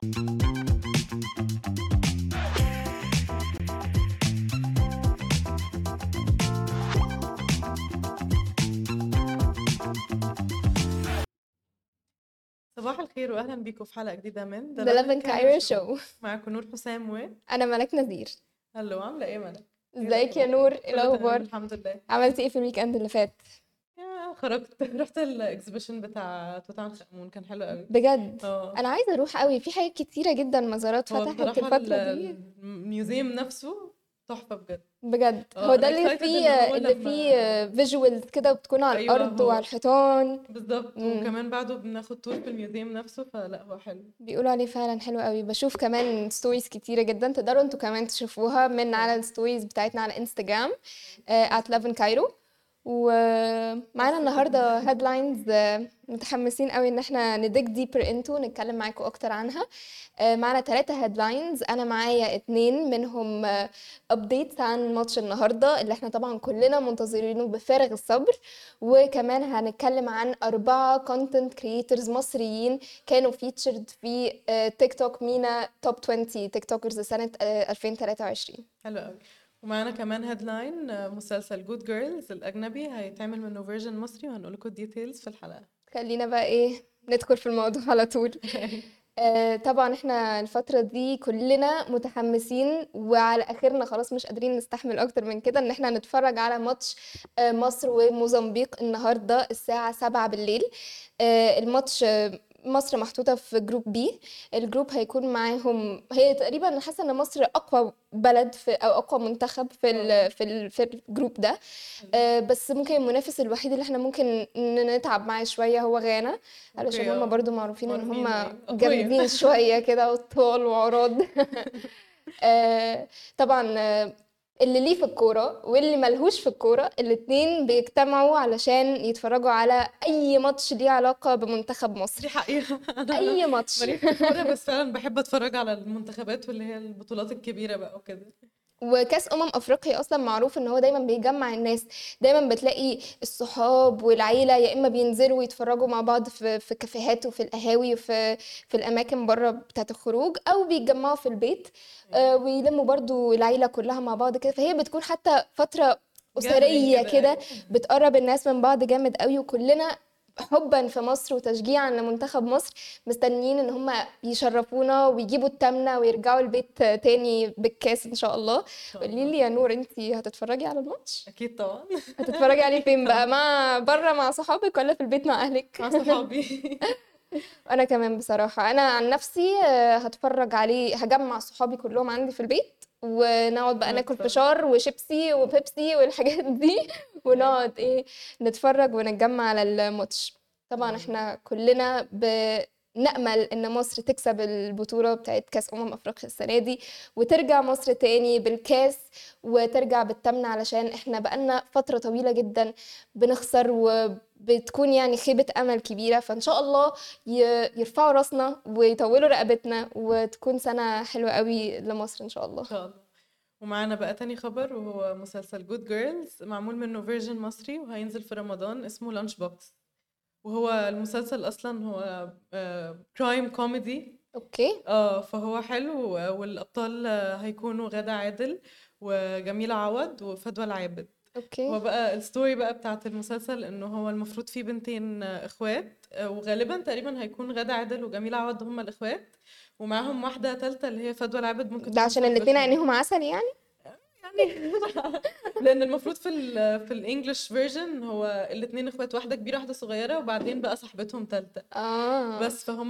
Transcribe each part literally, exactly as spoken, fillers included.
صباح الخير واهلا بيكم في حلقه جديده من The Love and Cairo Show. معاكم نور حسام و انا ملك نذير. هلو، عامله ايه ملك؟ ازيك يا نور؟ ايه كله تمام الاخبار؟ الحمد لله. عملتي ايه في الويك اند اللي فات؟ يا خرجت رحت الاكزيبيشن بتاع توت عنخ امون، كان حلو قوي. بجد اه انا عايزه اروح قوي، في حاجات كتيره جدا مزارات هو فتحت بصراحه الفتره دي. الميوزيوم نفسه تحفه بجد. بجد هو اه ده انا اللي اكسايتد فيه ان هو اللي فيه لما فيجوالز كده بتكون على ايوه الارض وعلى هو الحيطان. بالظبط، امم وكمان بعده بناخد تور في الميوزيوم نفسه، فلا هو حلو. بيقولوا عليه فعلا حلو قوي. بشوف كمان ستوريز كتيره جدا، تقدروا انتوا كمان تشوفوها من على اه الستوريز بتاعتنا على انستجرام at لافن كايرو. ومعانا بس كده. النهارده هيدلاينز متحمسين قوي ان احنا نديك ديبر انتو نتكلم معاكم اكتر عنها. آه، معانا ثلاثة هيدلاينز، انا معايا اتنين منهم ابديتس عن ماتش النهارده اللي احنا طبعا كلنا منتظرينه بفارغ الصبر، وكمان هنتكلم عن اربعة كونتنت كريترز مصريين كانوا فيتشرد في آه، تيك توك مينا توب عشرين تيك توكرز سنة آه، ألفين وتلاتة وعشرين. حلو قوي. ومعانا كمان هيدلاين، مسلسل جود جيرلز الاجنبي هيتعمل منه فيرجن مصري، وهنقول لكم الديتيلز في الحلقه. خلينا بقى ايه ندخل في الموضوع على طول. آه، طبعا احنا الفترة دي كلنا متحمسين وعلى اخرنا خلاص مش قادرين نستحمل اكتر من كده ان احنا نتفرج على ماتش آه، مصر وموزمبيق النهاردة الساعة سبعة بالليل. آه، الماتش آه، مصر محطوطة في جروب بي. الجروب هيكون معاهم، هي تقريبا أنا حاسة ان مصر اقوى بلد في او اقوى منتخب في اه ال في ال في الجروب ده. حلو. آه، بس ممكن المنافس الوحيد اللي احنا ممكن ن- نتعب معاه شوية هو غانا، علشان اوكي هم اه برضو معروفين ان معروفين هم ايوه اقوياء. جامدين شوية كده وطوال وعراض. آه، طبعا آه، اللي ليه في الكورة واللي ملهوش في الكورة الاتنين بيجتمعوا علشان يتفرجوا على اي ماتش ليه علاقة بمنتخب مصر. دي حقيقة. انا اي ماتش. ماليش في الكورة، بس فعلا بحب اتفرج على المنتخبات واللي هي البطولات الكبيرة بقى وكده. وكاس امم افريقيا اصلا معروف ان هو دايما بيجمع الناس. دايما بتلاقي الصحاب والعيله يا اما بينزلوا يتفرجوا مع بعض في في كافيهات وفي القهاوي وفي في الاماكن بره بتاعه الخروج، او بيتجمعوا في البيت ايوه آه، ويلموا برضو العيله كلها مع بعض كده. فهي بتكون حتى فتره جاذرينج اسريه كده كده، ايوه. بتقرب الناس من بعض جامد قوي. وكلنا حبا في مصر وتشجيعا لمنتخب مصر مستنيين ان هم يشرفونا ويجيبوا التامنة ويرجعوا البيت تاني بالكاس ان شاء الله. ان شاء قولي الله. لي يا نور، انتي هتتفرجي على الماتش؟ اكيد طبعا. هتتفرجي عليه اكيد فين بقى؟ طبعا. مع بره مع صحابك ولا في البيت مع اهلك؟ مع صحابي. انا كمان بصراحة، انا عن نفسي آه، هتفرج عليه، هجمع صحابي كلهم عندي في البيت ونقعد بقى ناكل ونتفرج. فشار وشيبسي وبيبسي والحاجات دي ايوه ونقعد ايه نتفرج ونتجمع على الماتش. طبعا تمام. احنا كلنا بنأمل ان مصر تكسب البطولة بتاعت كاس امم افريقيا السنة دي، وترجع مصر تاني بالكاس وترجع بالتامنة، علشان احنا بقالنا فترة طويلة جدا بنخسر وبتكون يعني خيبة امل كبيرة. فان شاء الله ي- يرفعوا راسنا ويطولوا رقبتنا وتكون سنة حلوة قوي لمصر ان شاء الله. ان شاء الله. ومعانا بقى تاني خبر، وهو مسلسل جود جيرلز معمول منه فيرجن مصري وهينزل في رمضان، اسمه لانش بوكس. وهو المسلسل اصلا هو كرايم كوميدي. اوكي. اه فهو حلو، والابطال آه، هيكونوا غادة عادل وجميلة عوض وفدوى العابد. اوكي. هو بقى الستوري بقى بتاعت المسلسل انه هو المفروض فيه بنتين آه، اخوات، آه، وغالبا تقريبا هيكون غادة عادل وجميلة عوض هما الاخوات، ومعاهم واحدة تالتة اللي هي فدوى العابد، ممكن ده تكون عشان الاتنين صاحبتهم. عينيهم عسل يعني. يعني لان المفروض في ال في الانجليش فيرجن هو الاتنين اخوات، واحدة كبيرة واحدة صغيرة، وبعدين بقى صاحبتهم تالتة. اه. بس فهم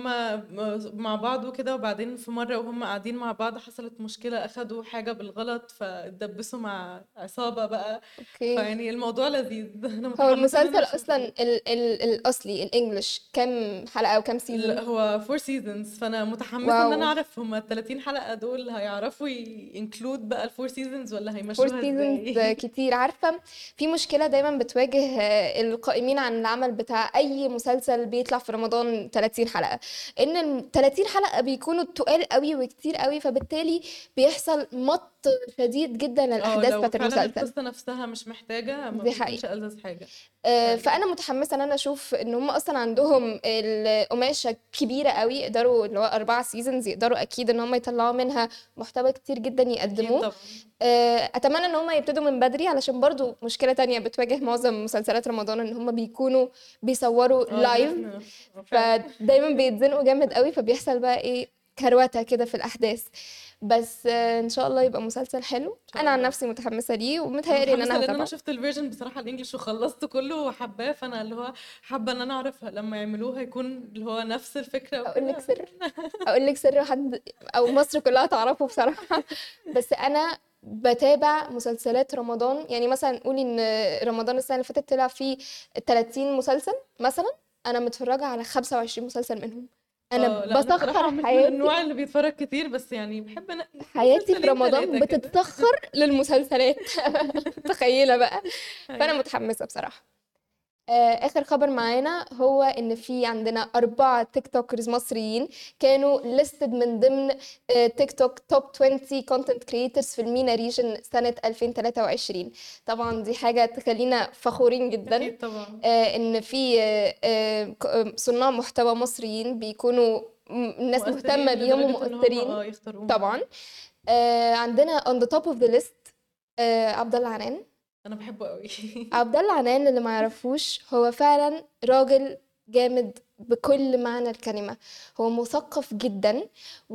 مع بعض وكده، وبعدين في مرة وهم قاعدين مع بعض حصلت مشكلة، أخدوا حاجة بالغلط فاتدبسوا مع عصابة بقى. اوكي. فيعني الموضوع لذيذ. أنا هو متحمسة إن المسلسل أنا اصلا أشوفه. ال ال الاصلي الانجليش كام حلقة وكام ال- سيزون؟ هو فور سيزونز، فأنا متحمسة إن واو. أنا أعرف هما التلاتين حلقة دول هيعرفوا ينكلود بقى الفور سيزونز ولا ولا فور هيمشوها سيزونز ازاي؟ كتير. عارفة في مشكلة دايما بتواجه آه، القائمين عن العمل بتاع أي مسلسل بيطلع في رمضان ثلاثين حلقة، إن ال ثلاثين حلقة بيكونوا تقال قوي وكتير قوي، فبالتالي بيحصل مط شديد جدا اه للأحداث لو بتاعت فعلا المسلسل. القصة نفسها مش محتاجة ما دي حقيقة. بيكونش ألذذ حاجة آه، فعلا. فانا متحمسه ان انا اشوف ان هم اصلا عندهم القماشه كبيره قوي، يقدروا اللي هو اربع سيزونز يقدروا اكيد ان هم يطلعوا منها محتوى كتير جدا أكيد يقدموه. طبعا. آه، اتمنى ان هم يبتدوا من بدري، علشان برضو مشكله تانية بتواجه معظم مسلسلات رمضان ان هم بيكونوا بيصوروا اه لايف، الريتم آه، فعلا. فدايما بيتزنقوا جامد قوي، فبيحصل بقى ايه كروته كده في الاحداث. بس آه، ان شاء الله يبقى مسلسل حلو. إن شاء انا عن الله. نفسي متحمسه ليه انا ومتهيألي ان متحمسه انا لان انا هتابعه. شفت الفيرجن بصراحه الانجليش وخلصته كله وحباه، فانا اللي هو حابه ان انا اعرف لما يعملوه هيكون اللي هو نفس الفكره اقول لك وكده. سر اقول لك سر حد او مصر كلها تعرفه بصراحه. بس انا بتابع مسلسلات رمضان، يعني مثلا قولي ان رمضان السنه اللي فاتت طلع فيه ثلاثين مسلسل مثلا، انا متفرجه على خمسة وعشرين مسلسل منهم. انا اه لا انا بسخر بصراحه مش من حياتي النوع اللي بيتفرج كتير، بس يعني بحب انقي حياتي في مسلسلين رمضان ثلاثه كده. بتتسخر للمسلسلات. تخيله بقى. فانا ايوه. متحمسه بصراحه. آه، آخر خبر معانا هو إن في عندنا أربعة تيك توكرز مصريين كانوا listed من ضمن آه، تيك توك توب عشرين كونتنت كريترز في المينا ريجن سنة ألفين وثلاثة وعشرين. طبعا دي حاجة تخلينا فخورين جدا اكيد طبعا. آه، إن في آه، آه، ك- آه، صناع محتوى مصريين بيكونوا م- الناس مهتمة مؤثرين بيهم لدرجه ان هم ومؤثرين. اه يختاروهم. طبعا. آه، عندنا on the top of the list آه، عبد الله عنان. انا بحبه قوي. عبد الله عنان اللي ما يعرفوش هو فعلا راجل جامد بكل معنى الكلمة. هو مثقف جدا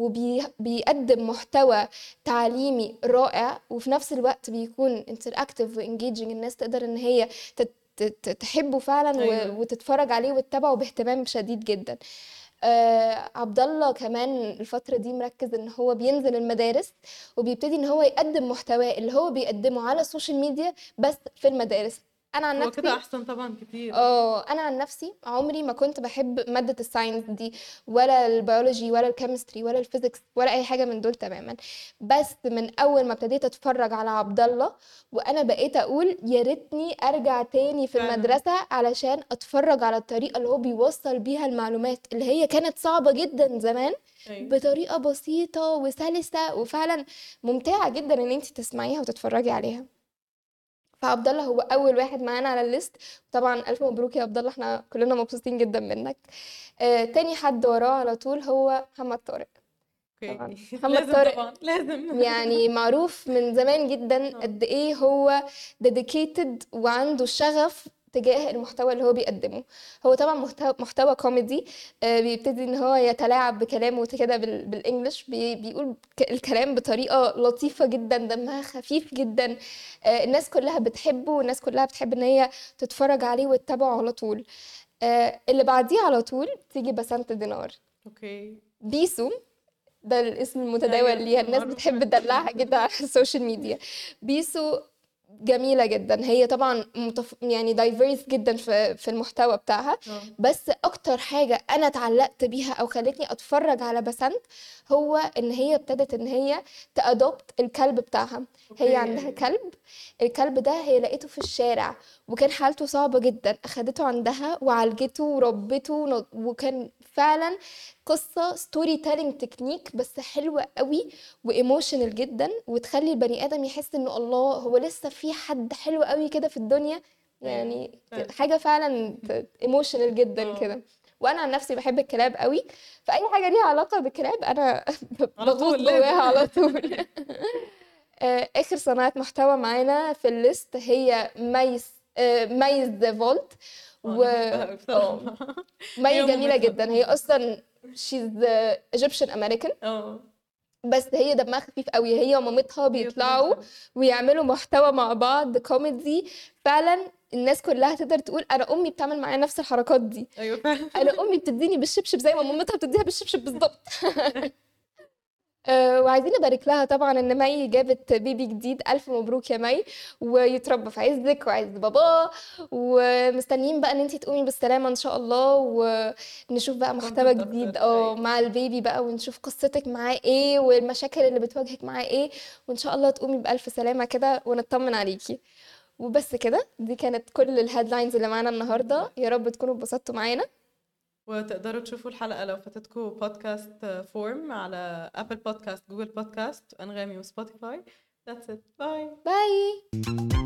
وبيقدم محتوى تعليمي رائع، وفي نفس الوقت بيكون interactive و engaging، الناس تقدر ان هي تت- تت- تحبه فعلا و- ايوه وتتفرج عليه وتتابعه باهتمام شديد جدا. آه عبد الله كمان الفترة دي مركز ان هو بينزل المدارس وبيبتدي ان هو يقدم محتواه اللي هو بيقدمه على السوشيال ميديا بس في المدارس. انا عن هو كده نفسي احسن طبعا كتير. اه انا عن نفسي عمري ما كنت بحب مادة الساينس دي، ولا البيولوجي ولا الكيمستري ولا الفيزيكس ولا اي حاجة من دول تماما. بس من اول ما ابتديت اتفرج على عبد الله وانا بقيت اقول يا ريتني ارجع تاني في فعلا. المدرسة علشان اتفرج على الطريقة اللي هو بيوصل بيها المعلومات اللي هي كانت صعبة جدا زمان ايوه بطريقة بسيطة وسلسة وفعلا ممتعة جدا ان انت تسمعيها وتتفرجي عليها. فعبد الله هو اول واحد معانا على الليست. طبعا الف مبروك يا عبد الله، احنا كلنا مبسوطين جدا منك. آه، تاني حد وراه على طول هو محمد طارق. طبعا اوكي. محمد لازم طارق طبعا لازم. يعني معروف من زمان جدا اه قد ايه هو dedicated وعنده شغف تجاه المحتوى اللي هو بيقدمه. هو طبعا محتوى, محتوى كوميدي. آه، بيبتدي ان هو يتلاعب بكلامه كده بال- بالانجلش، بي- بيقول ك- الكلام بطريقة لطيفة جدا، دمها خفيف جدا. آه، الناس كلها بتحبه والناس كلها بتحب ان هي تتفرج عليه وتتابعه على طول. آه، اللي بعديه على طول تيجي بسنت دينار. اوكي. بيسو ده الاسم المتداول ايوه ليها، الناس معروفة بتحب تدلعها جدا على السوشيال ميديا. بيسو جميلة جدا، هي طبعا متف... يعني دايفيرس جدا في في المحتوى بتاعها. اه بس اكتر حاجة انا اتعلقت بيها او خلتني اتفرج على بسنت هو ان هي ابتدت ان هي تادوبت الكلب بتاعها. هي اوكي. عندها ايوه كلب، الكلب ده هي لقيته في الشارع وكان حالته صعبة جدا، اخدته عندها وعالجته وربته ون- وكان فعلا قصة ستوري تيلينج تكنيك بس حلوة قوي وايموشنال جدا، وتخلي البني ادم يحس انه الله هو لسه في حد حلو قوي كده في الدنيا. ايوه يعني فعلا. حاجة فعلا ايموشنال جدا اه كده. وانا عن نفسي بحب الكلاب قوي، فاي حاجة ليها علاقة بالكلاب انا على بغوص طول جواها لازم. على طول. آه، اخر صناعة محتوى معانا في الليست هي ميس آه، ميز فولت. اه و انا بحبها قوي اه بصراحة. مي هي جميلة مامتها. جدا، هي اصلا she's Egyptian American. اه بس هي دمها خفيف قوي، هي ومامتها هي طبيعتها بيطلعوا حلوة. ويعملوا محتوى مع بعض كوميدي. فعلا الناس كلها تقدر تقول انا امي بتعمل معايا نفس الحركات دي، ايوه فعلا. انا امي بتديني بالشبشب زي ما مامتها بتديها بالشبشب بالظبط. آه، وعايزين نبارك لها طبعا ان مي جابت بيبي جديد. الف مبروك يا مي، ويتربى في عزك وعز باباه، ومستنيين بقى ان انتي تقومي بالسلامه ان شاء الله، ونشوف بقى محتوى كونتنت جديد اكتر. اه ايوه مع البيبي بقى، ونشوف قصتك معاه ايه والمشاكل اللي بتواجهك معاه ايه، وان شاء الله تقومي بالف سلامه كده ونطمن عليكي. وبس كده، دي كانت كل الهيدلاينز اللي معانا النهارده. يا رب تكونوا اتبسطتوا معانا. وتقدروا تشوفوا الحلقة لو فاتتكم بودكاست فورم على ابل بودكاست، جوجل بودكاست، انغامي وسبوتيفاي. That's it. Bye. باي.